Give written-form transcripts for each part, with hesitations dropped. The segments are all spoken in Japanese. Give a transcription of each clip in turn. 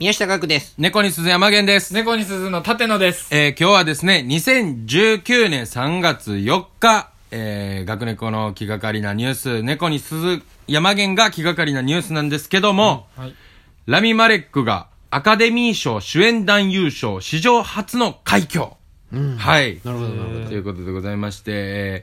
宮下岳です。 猫に鈴山源です。 猫に鈴の立野です。 今日はですね、2019年3月4日、学猫の気がかりなニュース、猫に鈴山源が気がかりなニュースなんですけども、 はい、 ラミ・マレックがアカデミー賞主演男優賞史上初の快挙。はい。 なるほど、なるほど。 ということでございまして、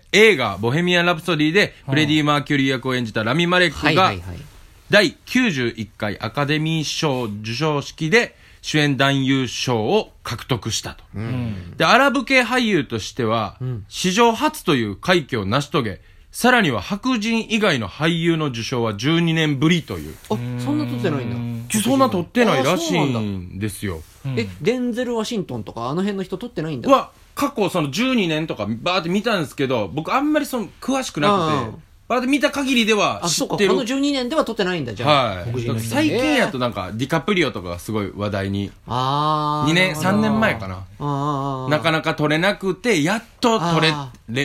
映画ボヘミアン・ラプソディでフレディ・マーキュリー役を演じたラミ・マレックが、第91回アカデミー賞授賞式で主演男優賞を獲得したと。で、アラブ系俳優としては、史上初という快挙を成し遂げ、さらには白人以外の俳優の受賞は12年ぶりという。 あ、そんな撮ってないんだ。 そんな撮ってないらしいんですよ。 デンゼル・ワシントンとかあの辺の人撮ってないんだ。 過去その12年とかバーって見たんですけど、僕あんまりその詳しくなくて、バーって見た限りでは知ってる。 あ、そうか、この12年では撮ってないんだ、じゃあ。 はい。最近やとなんかディカプリオとかがすごい話題に。2年、3年前かな。なかなか撮れなくて、やっと撮れ、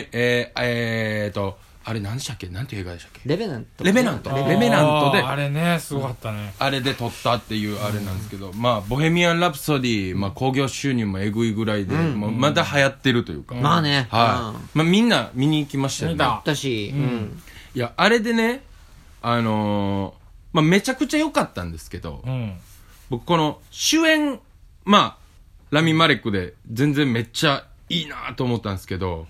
あれ何でしたっけ？なんていう映画でしたっけ？ レベナントで。 あれね、すごかったね。 あれで撮ったっていうあれなんですけど、まあ、ボヘミアン・ラプソディ、まあ、興行収入もえぐいぐらいで、もうまだ流行ってるというか。 まあね。 はい。まあ、みんな見に行きましたよね。 見た。 だし、 いや、あれでね、まあ、めちゃくちゃ良かったんですけど、僕この主演、まあ、ラミ・マレックで全然めっちゃいいなと思ったんですけど、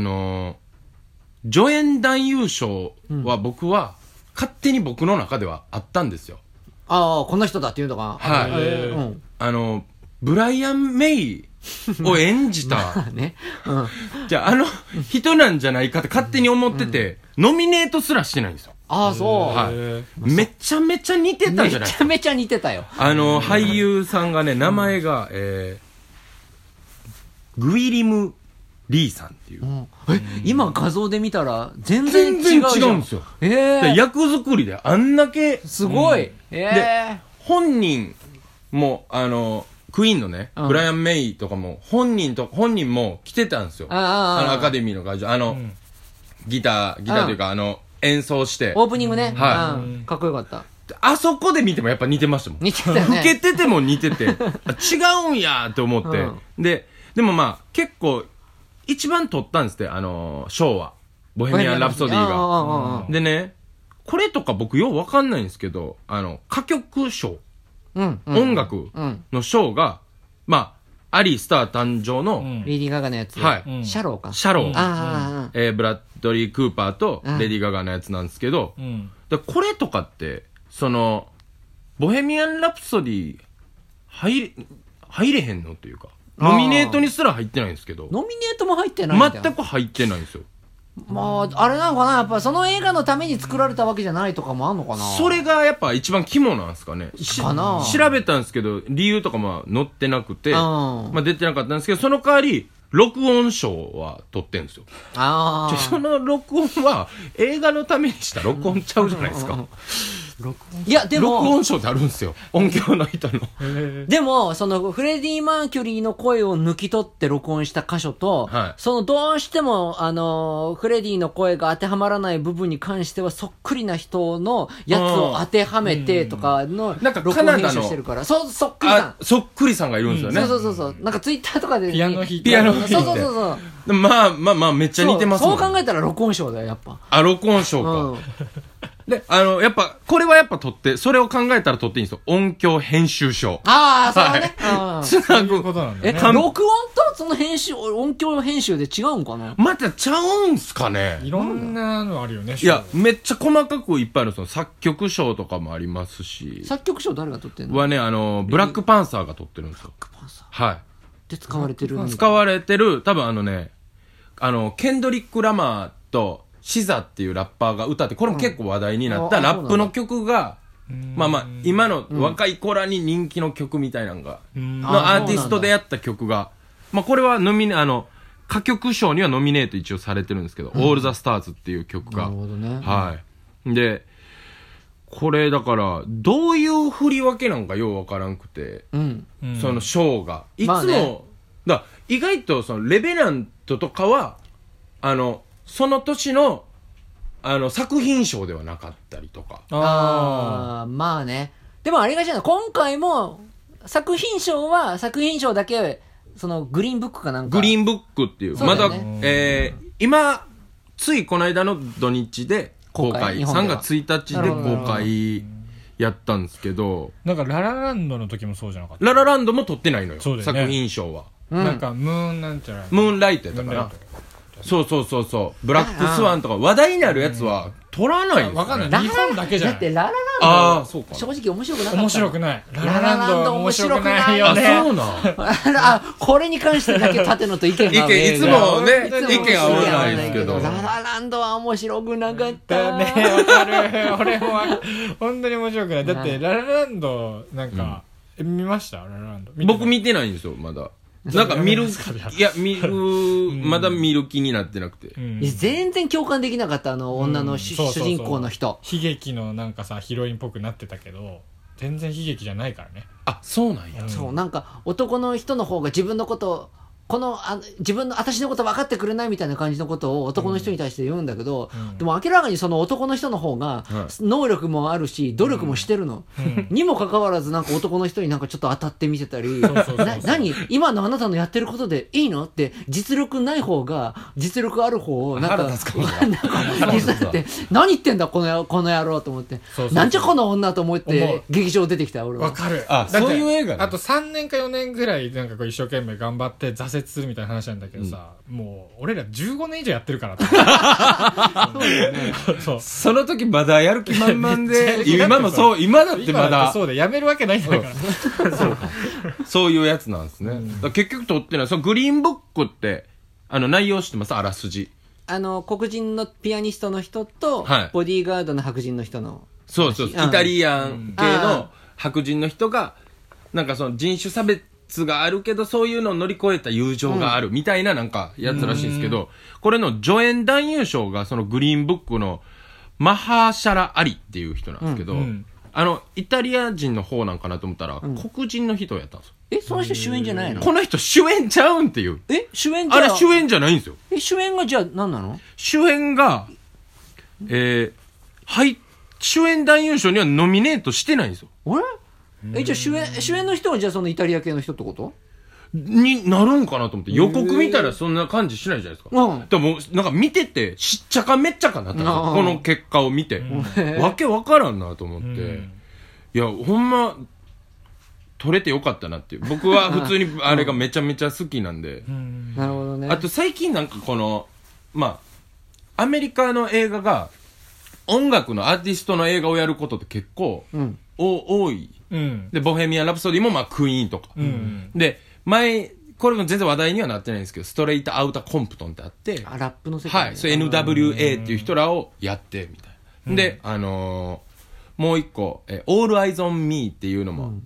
助演男優賞は僕は、勝手に僕の中ではあったんですよ。 ああ、こんな人だっていうのが。 はい。ブライアン・メイを演じた、 ね。 じゃあ人なんじゃないかって勝手に思ってて、ノミネートすらしてないんですよ。 ああ、そう。 はい。めちゃめちゃ似てたじゃないですか。 めちゃめちゃ似てたよ。 俳優さんがね、名前が、グイリム・リーさんっていう。 今画像で見たら全然違うんですよ。役作りであんだけ。 すごい。 で、本人も、クイーンのね、ブライアン・メイとかも、本人も来てたんですよ。アカデミーの会場。ギターというか、演奏して。 オープニングね。 はい。 かっこよかった。 あそこで見てもやっぱ似てましたもん。 似てたよね。 老けてても似てて、違うんやって思って。でもまあ、結構、一番取ったんですって、賞は。ボヘミアン・ラプソディが。でね、これとか僕ようわかんないんですけど、歌曲賞。音楽の賞が、まあ、アリー・スター誕生の、 レディー・ガガのやつ。 はい。 シャローか。 シャロー。ブラッドリー・クーパーとレディー・ガガのやつなんですけど、これとかって、ボヘミアン・ラプソディ入れへんのというか、ノミネートにすら入ってないんですけど。 ノミネートも入ってないんだよ。 全く入ってないんですよ。 まあ、あれなのかな、やっぱその映画のために作られたわけじゃないとかもあんのかな。 それがやっぱ一番肝なんですかね。 かな。 調べたんですけど、理由とかまあ載ってなくて、まあ出てなかったんですけど、その代わり、録音賞は取ってんですよ。その録音は映画のためにした録音ちゃうじゃないですか。 いや、でも。 録音賞ってあるんですよ。音響の人の。 でも、フレディ・マーキュリーの声を抜き取って録音した箇所と、どうしても、フレディの声が当てはまらない部分に関しては、そっくりな人のやつを当てはめてとかの、 なんかカナダの、 してるから。そっくりさん。 そっくりさんがいるんですよね。 そう。なんかツイッターとかで。 ピアノ弾いて。 そう。 まあ、めっちゃ似てますもん。 そう考えたら録音賞だよ、やっぱ。 録音賞か。で、やっぱ、これはやっぱ取って、それを考えたら取っていいんですよ。音響編集賞。 そうね。 そういうことなんだね。 録音とその音響編集で違うんかな。 またちゃうんすかね。 いろんなのあるよね。 いや、めっちゃ細かくいっぱいある作曲賞とかもありますし。 作曲賞誰が取ってんの？ はね、ブラックパンサーが取ってるんですよ。 ブラックパンサー。はい。 で使われてる。 使われてる、多分ケンドリック・ラマーと、シザっていうラッパーが歌って、これも結構話題になったラップの曲が、まあ、今の若い子らに人気の曲みたいなのが、のアーティストでやった曲が、まあ、これは歌曲賞にはノミネート一応されてるんですけど、All the Stars っていう曲が。 なるほどね。 はい。で、これだから、どういう振り分けなんかようわからんくて、その賞が。いつも、意外とレベナントとかは、その年の、作品賞ではなかったりとか。 まあね。でもあれがじゃない、今回も、 作品賞は、作品賞だけ、その、グリーンブックかなんか。 グリーンブックっていう、まだ、今、ついこの間の土日で公開。3月1日で公開やったんですけど。 なんか、ララランドの時もそうじゃなかった？ ララランドも撮ってないのよ。 そうだよね。 作品賞は。 なんか、ムーンなんちゃら。 ムーンライトやったかな。そうそうそうそう。ブラックスワンとか話題になるやつは撮らないんですよ。 わかんない。日本だけじゃない。 だってララランド、 ああ、そうか。 正直面白くなかった。 面白くない。ララランド面白くないよね。 あ、そうなん。 これに関してだけ縦野と意見が。 いつもね、意見は合わないですけど。 ララランドは面白くなかった。 ね、わかる。俺も本当に面白くない。だって、ララランド、なんか、見ました？ララランド。 僕見てないんですよ、まだ。なんか見る、まだ見る気になってなくて。 全然共感できなかった、女の主人公の人。 悲劇のなんかさ、ヒロインっぽくなってたけど、全然悲劇じゃないからね。 あ、そうなんや。 そう、なんか男の人の方が自分のことを、私のこと分かってくれないみたいな感じのことを男の人に対して言うんだけど、でも明らかにその男の人の方が能力もあるし努力もしてるの、にもかかわらずなんか男の人になんかちょっと当たってみせたり、何今のあなたのやってることでいいのって実力ない方が実力ある方をなんかディスって何言ってんだこの野郎と思って、なんじゃこの女と思って劇場出てきた俺は。 わかる。 あ、そういう映画ね。 あと3年か4年ぐらいなんかこう一生懸命頑張って挫折するみたいな話なんだけどさ、もう俺ら15年以上やってるからそうその時まだやる気満々で今もそう、今だってまだそうだ、やめるわけないんだからそういうやつなんですね。結局撮ってない。そのグリーンブックって内容知ってます？あらすじ。 黒人のピアニストの人と、ボディーガードの白人の人の、 そうそう、イタリアン系の白人の人がなんかその人種差別があるけどそういうのを乗り越えた友情があるみたいななんかやつらしいんですけど、これの助演男優賞がそのグリーンブックのマハーシャラ・アリっていう人なんですけど、イタリア人の方なんかなと思ったら、黒人の人をやったんですよ。 その人主演じゃないの？ この人主演ちゃうんっていう。 主演じゃあれ主演じゃないんですよ。 主演がじゃあ何なの？ 主演が主演男優賞にはノミネートしてないんですよ。 あれ？じゃあ主演の人はじゃあそのイタリア系の人ってことになるんかなと思って、予告見たらそんな感じしないじゃないですか。でもなんか見ててしっちゃかめっちゃかなったんですよ、この結果を見て。わけわからんなと思って、いやほんま撮れてよかったなっていう。僕は普通にあれがめちゃめちゃ好きなんで。 なるほどね。 あと最近なんかこのアメリカの映画が音楽のアーティストの映画をやることって結構、多い。でボヘミアン・ラプソディもクイーンとか、でこれも全然話題にはなってないんですけど、ストレイト・アウタ・コンプトンってあって、 ラップの世界、 それ NWA っていう人らをやってみたいな、でもう一個All Eyes on Me っていうのも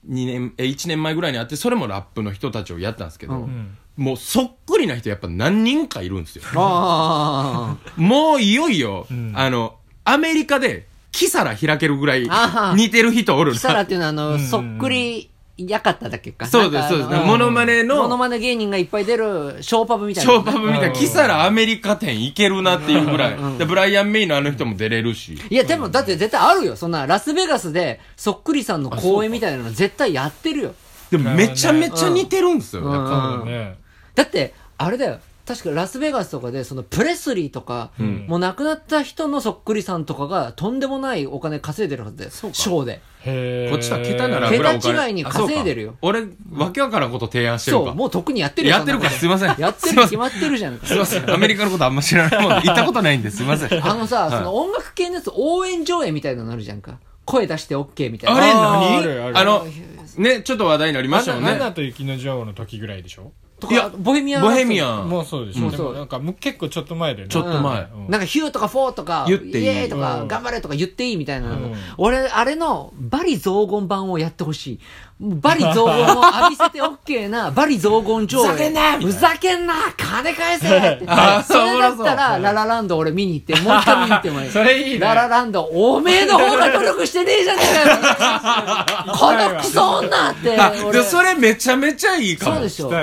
1年前ぐらいにあって、それもラップの人たちをやったんですけど、もうそっくりな人やっぱ何人かいるんですよ。もういよいよ、アメリカでキサラ開けるぐらい似てる人おる。 キサラっていうのはそっくりやかっただけか。 そうです、そうです。モノマネ芸人がいっぱい出るショーパブみたいな。 ショーパブみたいな。キサラアメリカ店いけるなっていうぐらい。で、ブライアン・メイの人も出れるし。 いや、でもだって絶対あるよ。そんなラスベガスでそっくりさんの公演みたいなの絶対やってるよ。 でもめちゃめちゃ似てるんですよ。 だって、あれだよ。確かラスベガスとかでそのプレスリーとか、もう亡くなった人のそっくりさんとかがとんでもないお金稼いでるはずで、ショーで。 こっちは桁なら桁違いに稼いでるよ。 俺わけわからんこと提案してるか。 そう、もうとっくにやってるよ。 やってるか、すいません。 やってる決まってるじゃん。 すいません。アメリカのことあんま知らないもんで行ったことないんですいません。 その音楽系のやつ応援上映みたいなのあるじゃんか。声出して OK みたいな。 あれ何？ね、ちょっと話題になりましたよね。 アナと雪の女王の時ぐらいでしょ。 いや、ボヘミアンもうそうでしょ。でもなんか結構ちょっと前でね。 ちょっと前。 なんかヒューとかフォーとか、イエーイとか、頑張れとか言っていいみたいな。俺、あれのバリ雑言版をやってほしい。バリ雑言を浴びせて OK なバリ雑言上映。ふざけんな金返せって。それだったら、ララランド俺見に行って、もう一回見に行ってもいい。 それいいね。 ララランド、おめえの方が努力してねえじゃねえかよ。このクソ女って。 それめちゃめちゃいいかも。 そうでしょ。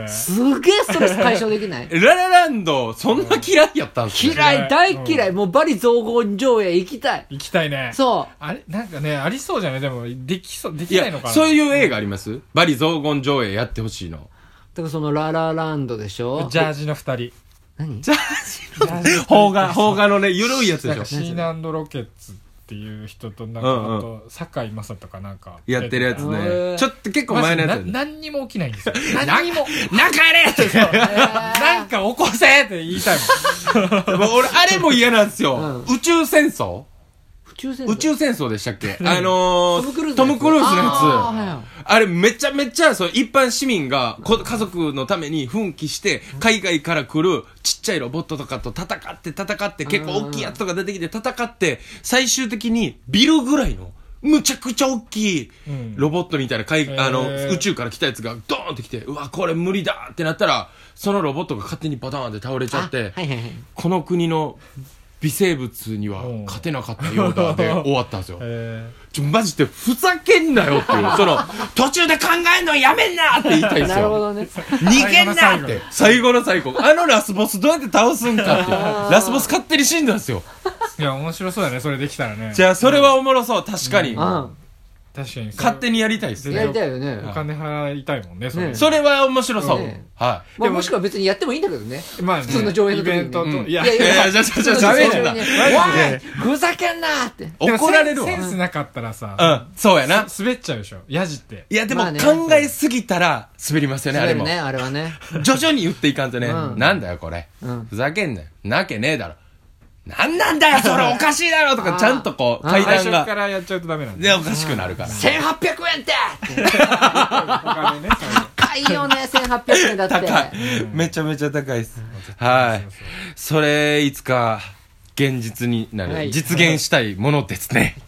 れ。 すげえストレス解消できないララランド、そんな嫌いやったんすか？ 嫌い、大嫌い。もうバリ雑言上映行きたい。 行きたいね。 そう。 あれ、なんかね、ありそうじゃない？でも、できないのかな？ そういう映画あります？バリ雑言上映やってほしいの。 だからそのララランドでしょ？ ジャージの二人。 何？ ジャージの邦画のね、ゆるいやつでしょ。 シーナンドロケッツっていう人と、なんか、あと、堺雅人かなんか。 やってるやつね。ちょっと結構前のやつ。 何にも起きないんですよ。何にも。 中やれって。 なんか起こせって言いたいもん。 俺、あれも嫌なんですよ。宇宙戦争宇宙戦争でしたっけ？トム・クルーズのやつ。あれめちゃめちゃ、一般市民が家族のために奮起して、海外から来るちっちゃいロボットとかと戦って結構大きいやつとか出てきて戦って、最終的にビルぐらいの、むちゃくちゃ大きいロボットみたいな宇宙から来たやつがドーンって来て、うわ、これ無理だってなったら、そのロボットが勝手にバターンって倒れちゃって、この国の微生物には勝てなかったようだで終わったんですよ。マジでふざけんなよっていう、途中で考えんのやめんなって言いたいですよ。 なるほどね。 逃げんなって。最後の最後。ラスボスどうやって倒すんかっていう。ラスボス勝手に死んだんですよ。 いや、面白そうだね、それできたらね。 じゃあ、それはおもろそう、確かに。 確かに勝手にやりたいですね。 やりたいよね。 お金払いたいもんね、 それは面白そう。はい。 もしくは別にやってもいいんだけどね。 まあ、 普通の上映の時に。 イベントと。 いや、ダメじゃん。 おいふざけんなって。 怒られるわ。 センスなかったらさ、 そうやな。 滑っちゃうでしょ、ヤジって。 いや、でも考えすぎたら滑りますよね、あれも。 ね、あれはね。 徐々に言っていかんとね。なんだよ、これ。ふざけんなよ。なわけねえだろ。なんなんだよ、それおかしいだろとか、ちゃんとこう、階段が。 最初からやっちゃうとダメなんだ。 で、おかしくなるから。 1800円って高いよね、1800円だって。 高い。めちゃめちゃ高いです。はい。それ、いつか、現実になる。実現したいものですね。